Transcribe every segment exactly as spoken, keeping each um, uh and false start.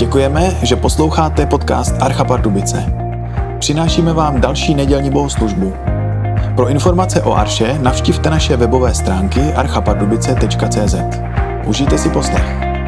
Děkujeme, že posloucháte podcast Archa Pardubice. Přinášíme vám další nedělní bohoslužbu. Pro informace o Arše navštivte naše webové stránky archa pardubice tečka cé zet. Užijte si poslech.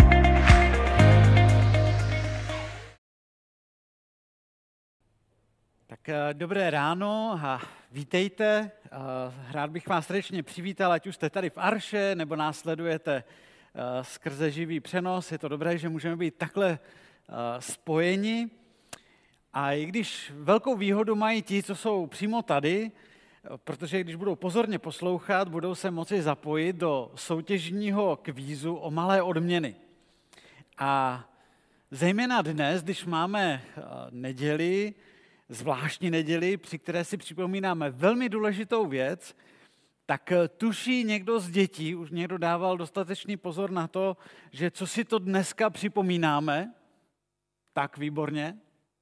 Tak dobré ráno a vítejte. Rád bych vás srdečně přivítal, ať už jste tady v Arše, nebo nás sledujete skrze živý přenos. Je to dobré, že můžeme být takhle spojeni. A i když velkou výhodu mají ti, co jsou přímo tady, protože když budou pozorně poslouchat, budou se moci zapojit do soutěžního kvízu o malé odměny. A zejména dnes, když máme neděli, zvláštní neděli, při které si připomínáme velmi důležitou věc, tak tuší někdo z dětí, už někdo dával dostatečný pozor na to, že co si to dneska připomínáme, tak výborně.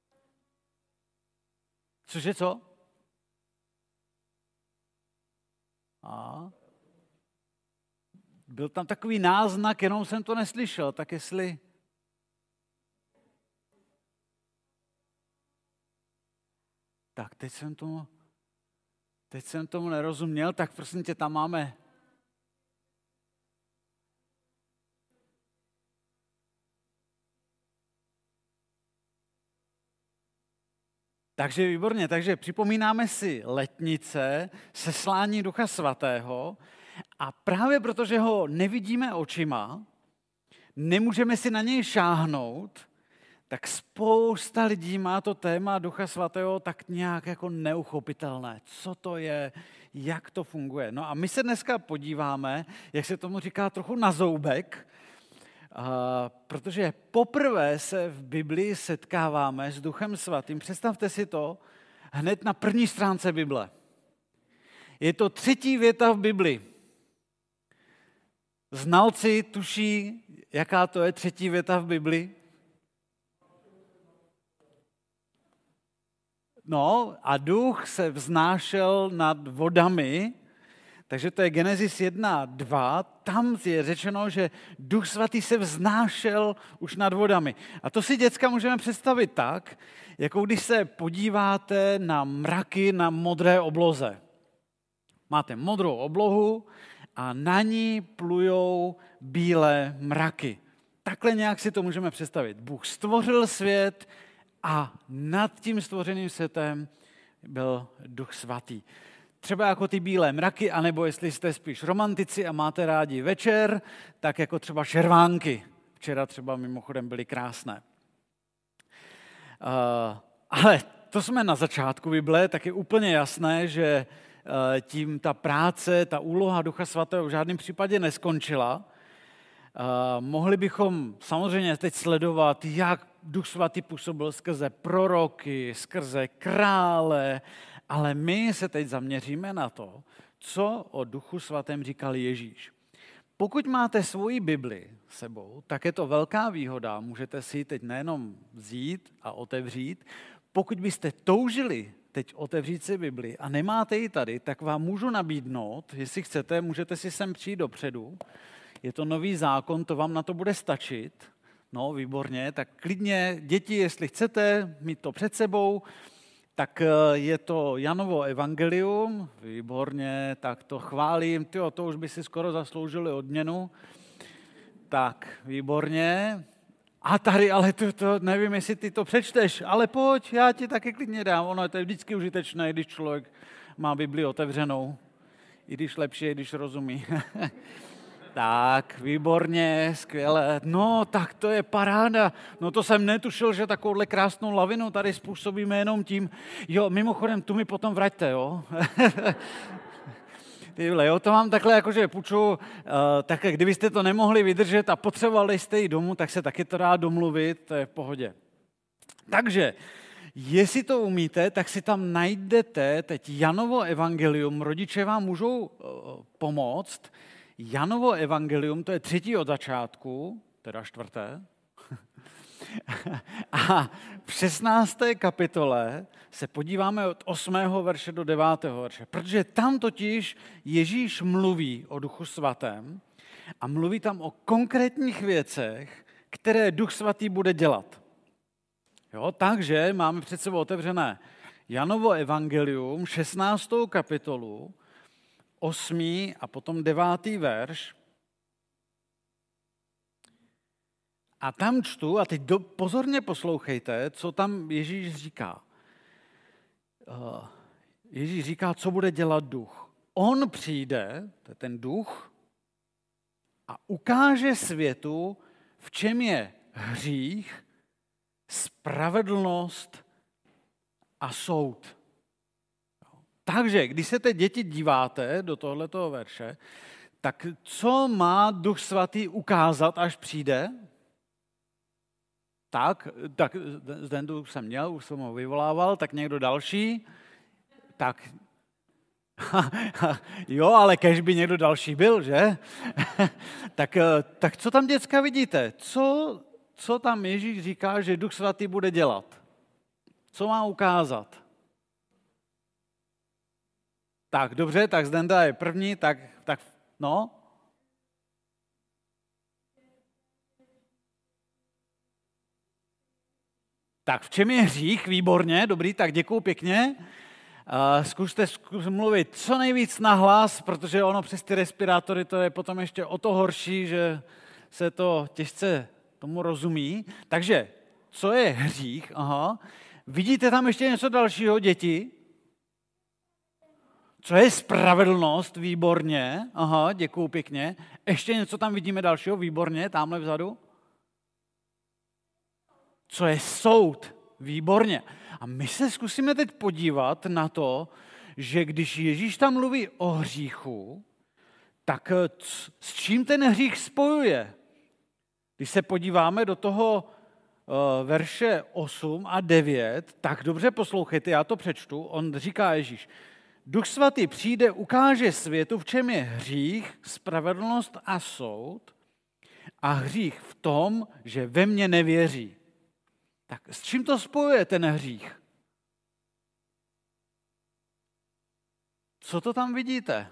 Cože co? A byl tam takový náznak, jenom jsem to neslyšel, tak jestli... Tak teď jsem tomu, teď jsem tomu nerozuměl, tak prosím tě, tam máme... Takže výborně, takže připomínáme si letnice, seslání Ducha Svatého a právě protože ho nevidíme očima, nemůžeme si na něj šáhnout, tak spousta lidí má to téma Ducha Svatého tak nějak jako neuchopitelné. Co to je, jak to funguje. No a my se dneska podíváme, jak se tomu říká, trochu na zoubek, Uh, protože poprvé se v Biblii setkáváme s Duchem Svatým. Představte si to hned na první stránce Bible. Je to třetí věta v Biblii. Znalci tuší, jaká to je třetí věta v Biblii? No a duch se vznášel nad vodami, takže to je Genesis jedna dva, tam je řečeno, že Duch Svatý se vznášel už nad vodami. A to si děcka můžeme představit tak, jako když se podíváte na mraky na modré obloze. Máte modrou oblohu a na ní plujou bílé mraky. Takhle nějak si to můžeme představit. Bůh stvořil svět a nad tím stvořeným světem byl Duch Svatý. Třeba jako ty bílé mraky, anebo jestli jste spíš romantici a máte rádi večer, tak jako třeba šervánky. Včera třeba mimochodem byly krásné. Uh, ale to jsme na začátku Bible, tak je úplně jasné, že uh, tím ta práce, ta úloha Ducha Svatého v žádném případě neskončila. Uh, mohli bychom samozřejmě teď sledovat, jak Duch Svatý působil skrze proroky, skrze krále, ale my se teď zaměříme na to, co o Duchu Svatém říkal Ježíš. Pokud máte svoji Bibli sebou, tak je to velká výhoda, můžete si ji teď nejenom vzít a otevřít. Pokud byste toužili teď otevřít si Bibli a nemáte ji tady, tak vám můžu nabídnout, jestli chcete, můžete si sem přijít dopředu. Je to nový zákon, to vám na to bude stačit. No, výborně, tak klidně, děti, jestli chcete mít to před sebou, tak je to Janovo evangelium, výborně, tak to chválím, tyjo, to už by si skoro zasloužili odměnu, tak výborně. A tady, ale to, to nevím, jestli ty to přečteš, ale pojď, já ti taky klidně dám, ono je to vždycky užitečné, když člověk má Bibli otevřenou, i když lepší, i když rozumí. Tak, výborně, skvěle. No, tak to je paráda. No to jsem netušil, že takovouhle krásnou lavinu tady způsobíme jenom tím. Jo, mimochodem, tu mi potom vraťte, jo. Tyhle, jo, to mám takhle jakože půjču, uh, tak kdybyste to nemohli vydržet a potřebovali jste jít domů, tak se taky to dá domluvit, to je v pohodě. Takže, jestli to umíte, tak si tam najdete teď Janovo evangelium, rodiče vám můžou uh, pomoct. Janovo evangelium, to je třetí od začátku, teda čtvrté. A v šestnácté kapitole se podíváme od osmého verše do devátého verše, protože tam totiž Ježíš mluví o Duchu Svatém a mluví tam o konkrétních věcech, které Duch Svatý bude dělat. Jo, takže máme před sebou otevřené Janovo evangelium, šestnáctou kapitolu, osmý a potom devátý verš. A tam čtu, a teď do, pozorně poslouchejte, co tam Ježíš říká. Uh, Ježíš říká, co bude dělat duch. On přijde, to je ten duch, a ukáže světu, v čem je hřích, spravedlnost a soud. Takže, když se teď děti díváte do tohletoho verše, tak co má Duch Svatý ukázat, až přijde? Tak, tak ten duch jsem měl, už jsem ho vyvolával, tak někdo další? Tak, jo, ale kež by někdo další byl, že? tak, tak co tam, děcka, vidíte? Co, co tam Ježíš říká, že Duch Svatý bude dělat? Co má ukázat? Tak, dobře, tak Zdenda je první, tak, tak no. Tak v čem je hřích? Výborně, dobrý, tak děkuju pěkně. Uh, zkuste zkus mluvit co nejvíc nahlas, protože ono přes ty respirátory to je potom ještě o to horší, že se to těžce tomu rozumí. Takže, co je hřích? Aha. Vidíte tam ještě něco dalšího, děti? Co je spravedlnost? Výborně. Aha, děkuju pěkně. Ještě něco tam vidíme dalšího? Výborně, tamhle vzadu. Co je soud? Výborně. A my se zkusíme teď podívat na to, že když Ježíš tam mluví o hříchu, tak s čím ten hřích spojuje? Když se podíváme do toho verše osm a devět, tak dobře poslouchejte, já to přečtu. On říká Ježíš, Duch Svatý přijde, ukáže světu, v čem je hřích, spravedlnost a soud, a hřích v tom, že ve mně nevěří. Tak s čím to spojuje ten hřích? Co to tam vidíte?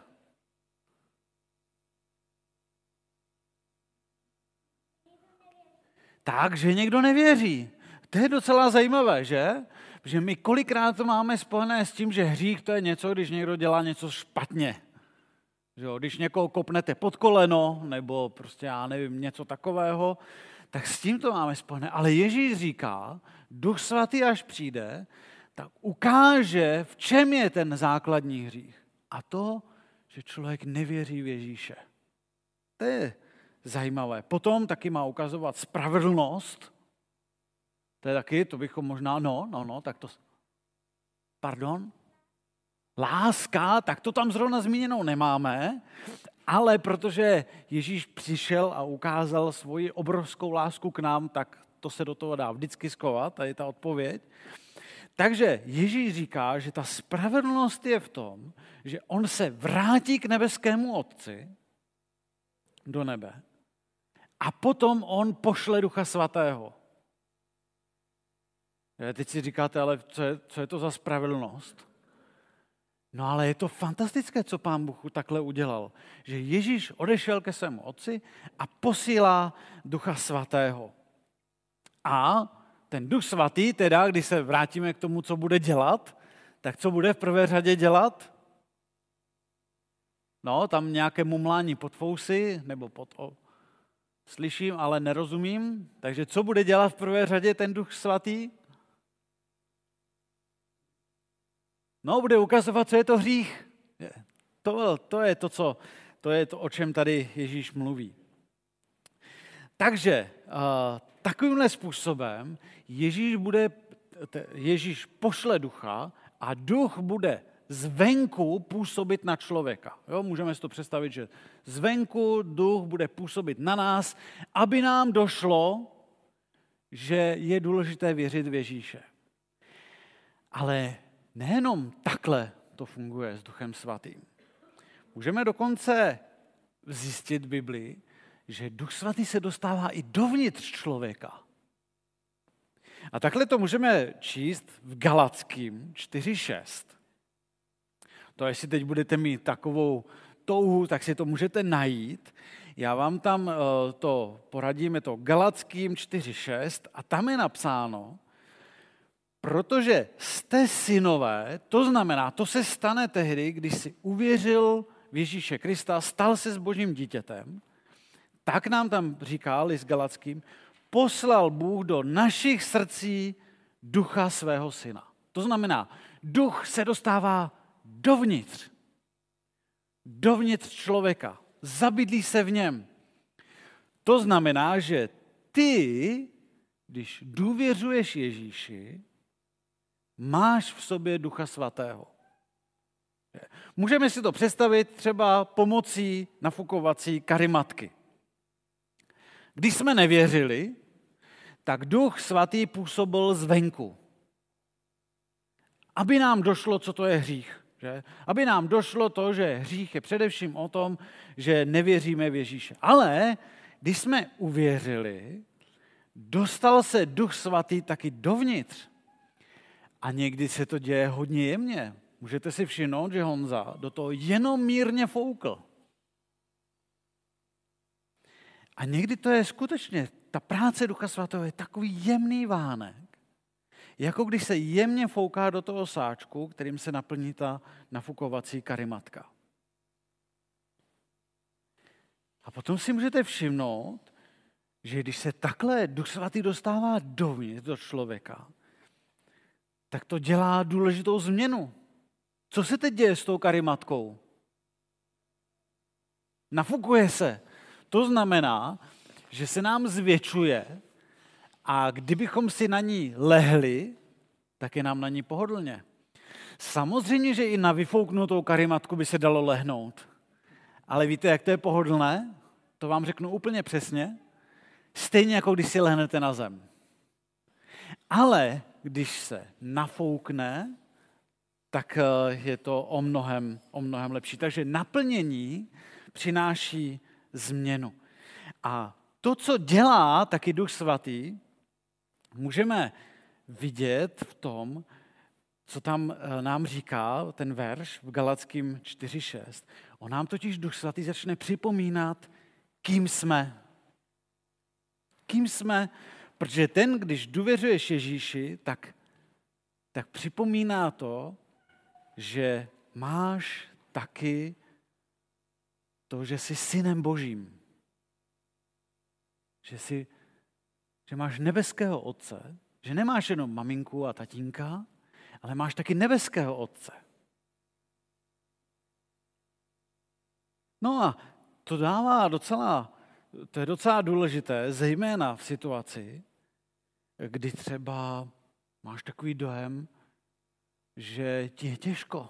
Tak, že někdo nevěří. To je docela zajímavé, že? Protože my kolikrát to máme spojené s tím, že hřích to je něco, když někdo dělá něco špatně. Že jo? Když někoho kopnete pod koleno, nebo prostě já nevím, něco takového, tak s tím to máme spojené. Ale Ježíš říká, Duch Svatý až přijde, tak ukáže, v čem je ten základní hřích. A to, že člověk nevěří v Ježíše. To je zajímavé. Potom taky má ukazovat spravedlnost. To je taky, to bychom možná, no, no, no, tak to, pardon, láska, tak to tam zrovna zmíněnou nemáme, ale protože Ježíš přišel a ukázal svoji obrovskou lásku k nám, tak to se do toho dá vždycky skovat, tady ta odpověď. Takže Ježíš říká, že ta spravedlnost je v tom, že on se vrátí k nebeskému Otci do nebe a potom on pošle Ducha Svatého. Teď si říkáte, ale co je, co je to za spravedlnost? No ale je to fantastické, co Pán Bůh takhle udělal. Že Ježíš odešel ke svému Otci a posílá Ducha Svatého. A ten Duch Svatý, teda, když se vrátíme k tomu, co bude dělat, tak co bude v prvé řadě dělat? No, tam nějaké mumlání pod fousy, nebo pod... O, slyším, ale nerozumím. Takže co bude dělat v prvé řadě ten Duch Svatý? No, bude ukazovat, co je to hřích. To, to je to, co, to je to, o čem tady Ježíš mluví. Takže uh, takovýmhle způsobem Ježíš, bude, Ježíš pošle ducha a duch bude zvenku působit na člověka. Jo, můžeme si to představit, že zvenku duch bude působit na nás, aby nám došlo, že je důležité věřit v Ježíše. Ale nejenom takhle to funguje s Duchem Svatým. Můžeme dokonce zjistit v Biblii, že Duch Svatý se dostává i dovnitř člověka. A takhle to můžeme číst v Galatským čtyři šest. To jestli teď budete mít takovou touhu, tak si to můžete najít. Já vám tam to poradím, je to Galatským čtyři šest a tam je napsáno, Protože jste synové, to znamená, to se stane tehdy, když jsi uvěřil v Ježíše Krista, stal se s Božím dítětem, tak nám tam říká list Galackým, poslal Bůh do našich srdcí ducha svého syna. To znamená, duch se dostává dovnitř. Dovnitř člověka. Zabydlí se v něm. To znamená, že ty, když důvěřuješ Ježíši, máš v sobě Ducha Svatého. Můžeme si to představit třeba pomocí nafukovací karimatky. Když jsme nevěřili, tak Duch Svatý působil zvenku. Aby nám došlo, co to je hřích. Že? Aby nám došlo to, že hřích je především o tom, že nevěříme v Ježíše. Ale když jsme uvěřili, dostal se Duch Svatý taky dovnitř. A někdy se to děje hodně jemně. Můžete si všimnout, že Honza do toho jenom mírně foukl. A někdy to je skutečně, ta práce Ducha Svatého je takový jemný vánek, jako když se jemně fouká do toho sáčku, kterým se naplní ta nafukovací karimatka. A potom si můžete všimnout, že když se takhle Duch Svatý dostává dovnitř do člověka, tak to dělá důležitou změnu. Co se teď děje s tou karimatkou? Nafukuje se. To znamená, že se nám zvětšuje a kdybychom si na ní lehli, tak je nám na ní pohodlně. Samozřejmě, že i na vyfouknutou karimatku by se dalo lehnout. Ale víte, jak to je pohodlné? To vám řeknu úplně přesně. Stejně jako když si lehnete na zem. Ale když se nafoukne, tak je to o mnohem, o mnohem lepší. Takže naplnění přináší změnu. A to, co dělá taky Duch Svatý, můžeme vidět v tom, co tam nám říká ten verš v Galackým čtyři šest. On nám totiž Duch Svatý začne připomínat, kým jsme. Kým jsme, protože ten, když důvěřuješ Ježíši, tak, tak připomíná to, že máš taky to, že jsi synem Božím. Že, jsi, že máš nebeského otce, že nemáš jenom maminku a tatínka, ale máš taky nebeského otce. No a to dává docela, to je docela důležité, zejména v situaci, kdy třeba máš takový dojem, že ti je těžko.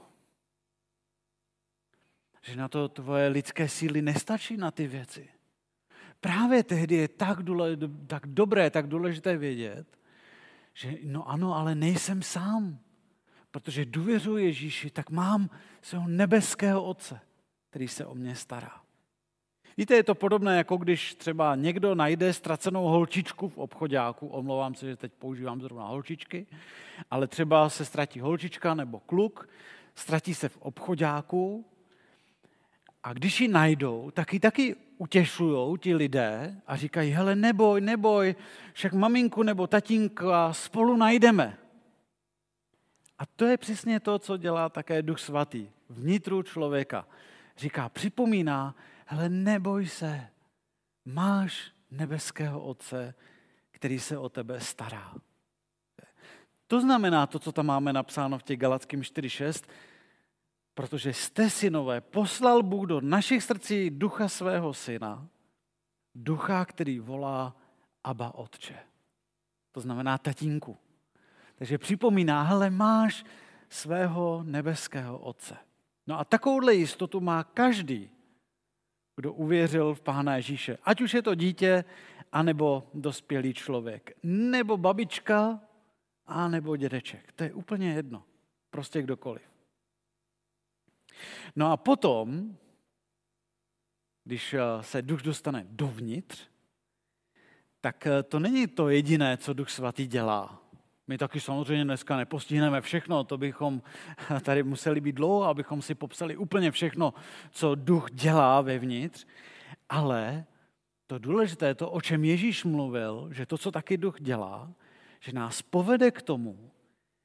Že na to tvoje lidské síly nestačí na ty věci. Právě tehdy je tak, důle, tak dobré, tak důležité vědět, že no ano, ale nejsem sám. Protože důvěřuji Ježíši, tak mám svého nebeského otce, který se o mě stará. Víte, je to podobné, jako když třeba někdo najde ztracenou holčičku v obchoďáku. Omlouvám se, že teď používám zrovna holčičky, ale třeba se ztratí holčička nebo kluk, ztratí se v obchoďáku a když ji najdou, tak ji taky utěšujou ti lidé a říkají, hele, neboj, neboj, však maminku nebo tatínka spolu najdeme. A to je přesně to, co dělá také Duch Svatý vnitru člověka. Říká, připomíná, hele, neboj se, máš nebeského otce, který se o tebe stará. To znamená to, co tam máme napsáno v těch Galackým čtyři šest, protože jste synové, poslal Bůh do našich srdcí ducha svého syna, ducha, který volá Abba Otče. To znamená tatínku. Takže připomíná, hele, máš svého nebeského otce. No a takovouhle jistotu má každý, kdo uvěřil v Pána Ježíše. Ať už je to dítě, anebo dospělý člověk. Nebo babička, anebo dědeček. To je úplně jedno. Prostě kdokoliv. No a potom, když se duch dostane dovnitř, tak to není to jediné, co Duch Svatý dělá. My taky samozřejmě dneska nepostihneme všechno, to bychom tady museli být dlouho, abychom si popsali úplně všechno, co duch dělá vevnitř, ale to důležité, to, o čem Ježíš mluvil, že to, co taky duch dělá, že nás povede k tomu,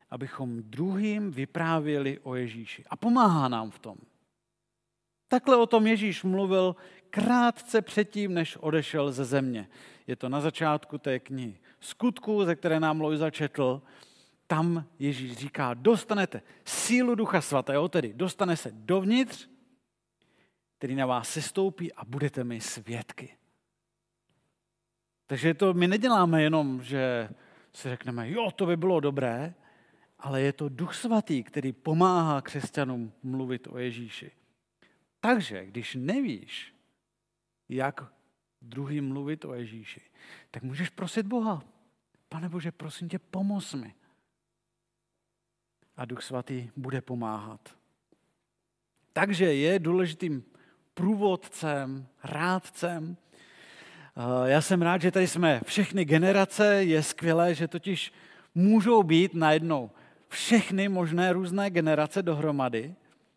abychom druhým vyprávěli o Ježíši. A pomáhá nám v tom. Takhle o tom Ježíš mluvil krátce předtím, než odešel ze země. Je to na začátku té knihy Skutků, ze které nám Lojza četl. Tam Ježíš říká, dostanete sílu Ducha Svatého, tedy dostane se dovnitř, který na vás sestoupí a budete mi svědky. Takže to my neděláme jenom, že si řekneme, jo, to by bylo dobré, ale je to Duch Svatý, který pomáhá křesťanům mluvit o Ježíši. Takže, když nevíš, jak druhým mluvit o Ježíši, tak můžeš prosit Boha. Pane Bože, prosím tě, pomoz mi. A Duch Svatý bude pomáhat. Takže je důležitým průvodcem, rádcem. Já jsem rád, že tady jsme všechny generace. Je skvělé, že totiž můžou být najednou všechny možné různé generace dohromady.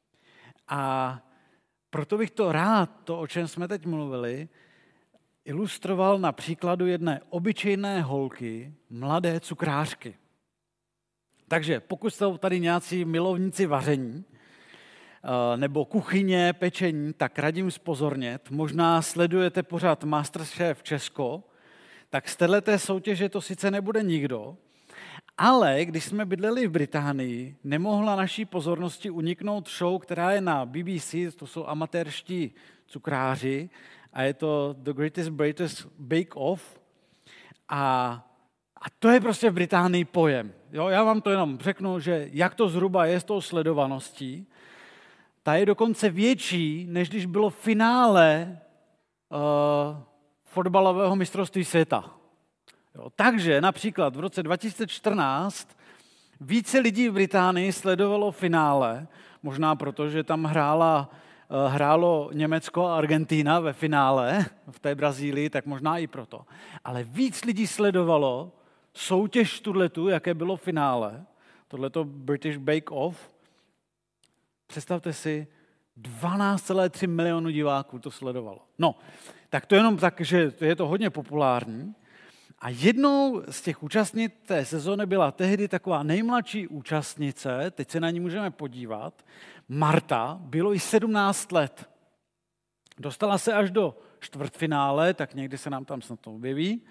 A proto bych to rád, to, o čem jsme teď mluvili, ilustroval na příkladu jedné obyčejné holky, mladé cukrářky. Takže pokud jsou tady nějací milovníci vaření nebo kuchyně, pečení, tak radím zpozornět. Možná sledujete pořád Masterchef Česko, tak z téhleté soutěže to sice nebude nikdo, ale když jsme bydleli v Británii, nemohla naší pozornosti uniknout show, která je na B B C, to jsou amatérští cukráři, a je to The Greatest British Bake Off. A, a to je prostě v Británii pojem. Jo, já vám to jenom řeknu, že jak to zhruba je s tou sledovaností. Ta je dokonce větší, než když bylo finále uh, fotbalového mistrovství světa. Jo, takže například v roce dva tisíce čtrnáct více lidí v Británii sledovalo finále, možná proto, že tam hrála, hrálo Německo a Argentina ve finále v té Brazílii, tak možná i proto. Ale víc lidí sledovalo soutěž tuhletu, jaké bylo finále, tohleto British Bake Off. Představte si, dvanáct celá tři milionu diváků to sledovalo. No, tak to jenom tak, že je to hodně populární. A jednou z těch účastnic té sezóny byla tehdy taková nejmladší účastnice, teď se na ní můžeme podívat, Marta, bylo jí sedmnáct let. Dostala se až do čtvrtfinále, tak někdy se nám tam snad to objeví.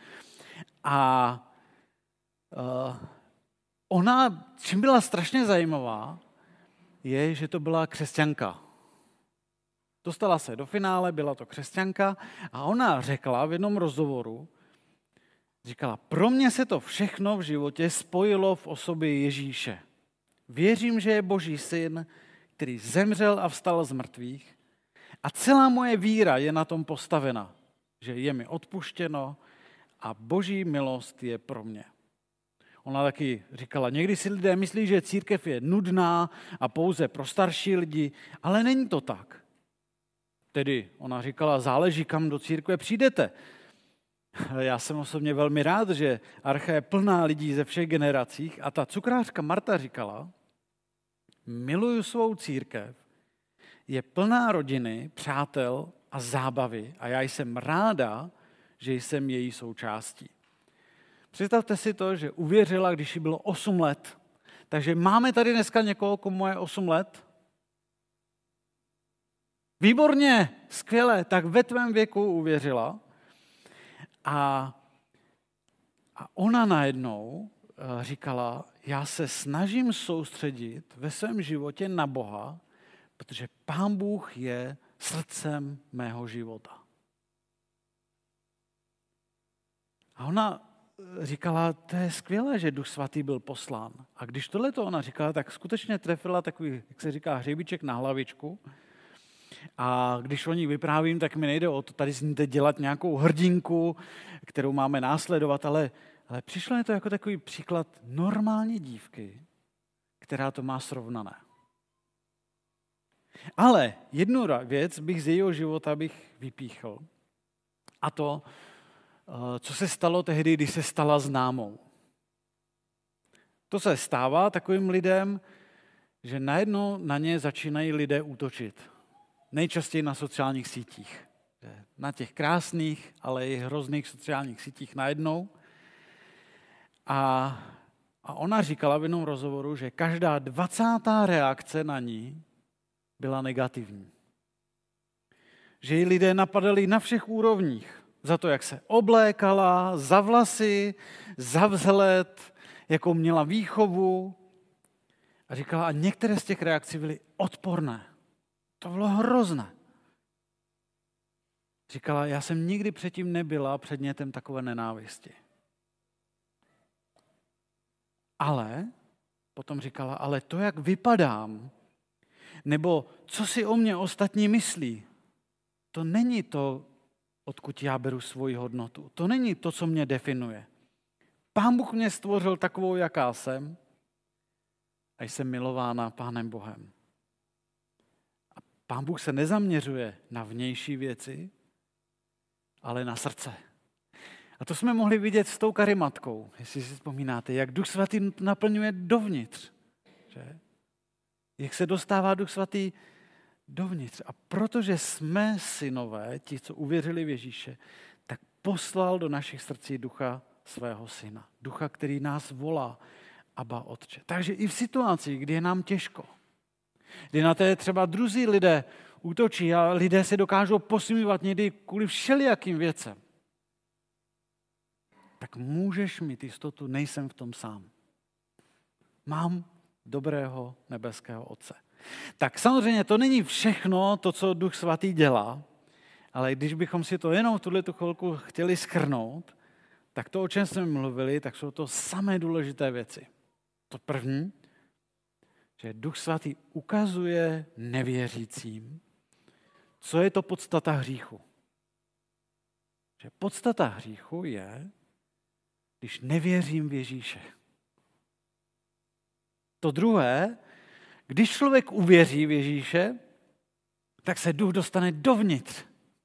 A uh, ona, čím byla strašně zajímavá, je, že to byla křesťanka. Dostala se do finále, byla to křesťanka a ona řekla v jednom rozhovoru, říkala, pro mě se to všechno v životě spojilo v osobě Ježíše. Věřím, že je Boží syn, který zemřel a vstal z mrtvých a celá moje víra je na tom postavena, že je mi odpuštěno a Boží milost je pro mě. Ona taky říkala, někdy si lidé myslí, že církev je nudná a pouze pro starší lidi, ale není to tak. Tedy ona říkala, záleží, kam do církve přijdete. Já jsem osobně velmi rád, že Archa je plná lidí ze všech generacích a ta cukrářka Marta říkala, miluju svou církev, je plná rodiny, přátel a zábavy a já jsem ráda, že jsem její součástí. Představte si to, že uvěřila, když jí bylo osm let. Takže máme tady dneska někoho, komu je osm let? Výborně, skvěle, tak ve tvém věku uvěřila. A, a ona najednou říkala, já se snažím soustředit ve svém životě na Boha, protože Pán Bůh je srdcem mého života. A ona říkala, to je skvělé, že Duch Svatý byl poslán. A když tohleto ona říkala, tak skutečně trefila takový, jak se říká, hřebíček na hlavičku. A když o ní vyprávím, tak mi nejde o to tady z ní teď dělat nějakou hrdinku, kterou máme následovat, ale, ale přišlo mi to jako takový příklad normální dívky, která to má srovnané. Ale jednu věc bych z jejího života bych vypíchl. A to, co se stalo tehdy, když se stala známou. To se stává takovým lidem, že najednou na ně začínají lidé útočit. Nejčastěji na sociálních sítích. Na těch krásných, ale i hrozných sociálních sítích najednou. A A ona říkala v jednom rozhovoru, že každá dvacátá reakce na ní byla negativní. Že ji lidé napadali na všech úrovních. Za to, jak se oblékala, za vlasy, za vzhled, jakou měla výchovu. A říkala, a některé z těch reakcí byly odporné. To bylo hrozné. Říkala, já jsem nikdy předtím nebyla předmětem takové nenávisti. Ale, potom říkala, ale to, jak vypadám, nebo co si o mě ostatní myslí, to není to, odkud já beru svoji hodnotu. To není to, co mě definuje. Pán Bůh mě stvořil takovou, jaká jsem, a jsem milována Pánem Bohem. A Pán Bůh se nezaměřuje na vnější věci, ale na srdce. A to jsme mohli vidět s tou karimatkou, jestli si vzpomínáte, jak Duch Svatý naplňuje dovnitř. Že? Jak se dostává Duch Svatý dovnitř. A protože jsme synové, ti, co uvěřili v Ježíše, tak poslal do našich srdcí Ducha svého syna. Ducha, který nás volá, Abba, Otče. Takže i v situaci, kdy je nám těžko, kdy na té třeba druzí lidé útočí a lidé se dokážou posmívat někdy kvůli všelijakým věcem, tak můžeš mít jistotu, nejsem v tom sám. Mám dobrého nebeského Otce. Tak samozřejmě to není všechno to, co Duch Svatý dělá, ale když bychom si to jenom v tuhletu chvilku chtěli shrnout, tak to, o čem jsme mluvili, tak jsou to samé důležité věci. To první, že Duch Svatý ukazuje nevěřícím, co je to podstata hříchu. Že podstata hříchu je, když nevěřím v Ježíše. To druhé, když člověk uvěří v Ježíše, tak se Duch dostane dovnitř.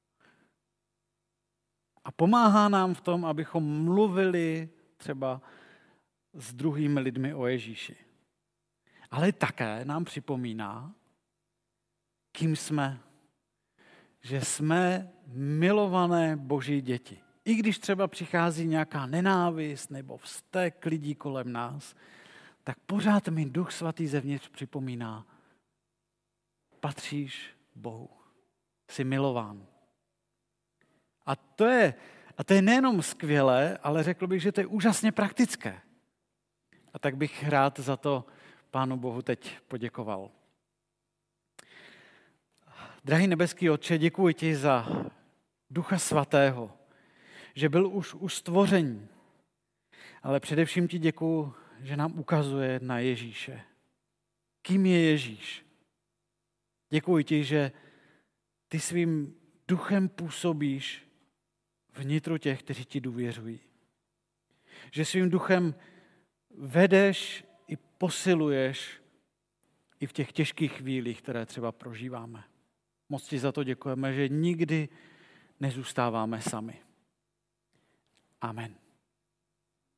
A pomáhá nám v tom, abychom mluvili třeba s druhými lidmi o Ježíši. Ale také nám připomíná, kým jsme. Že jsme milované Boží děti. I když třeba přichází nějaká nenávist nebo vztek lidí kolem nás, tak pořád mi Duch Svatý zevnitř připomíná, patříš Bohu, jsi milován. A to je, a to je nejenom skvělé, ale řekl bych, že to je úžasně praktické. A tak bych rád za to Pánu Bohu teď poděkoval. Drahý nebeský Otče, děkuji ti za Ducha Svatého, že byl už u stvoření, ale především ti děkuji, že nám ukazuje na Ježíše. Kým je Ježíš? Děkuji ti, že ty svým duchem působíš vnitru těch, kteří ti důvěřují. Že svým duchem vedeš i posiluješ i v těch těžkých chvílích, které třeba prožíváme. Moc ti za to děkujeme, že nikdy nezůstáváme sami. Amen.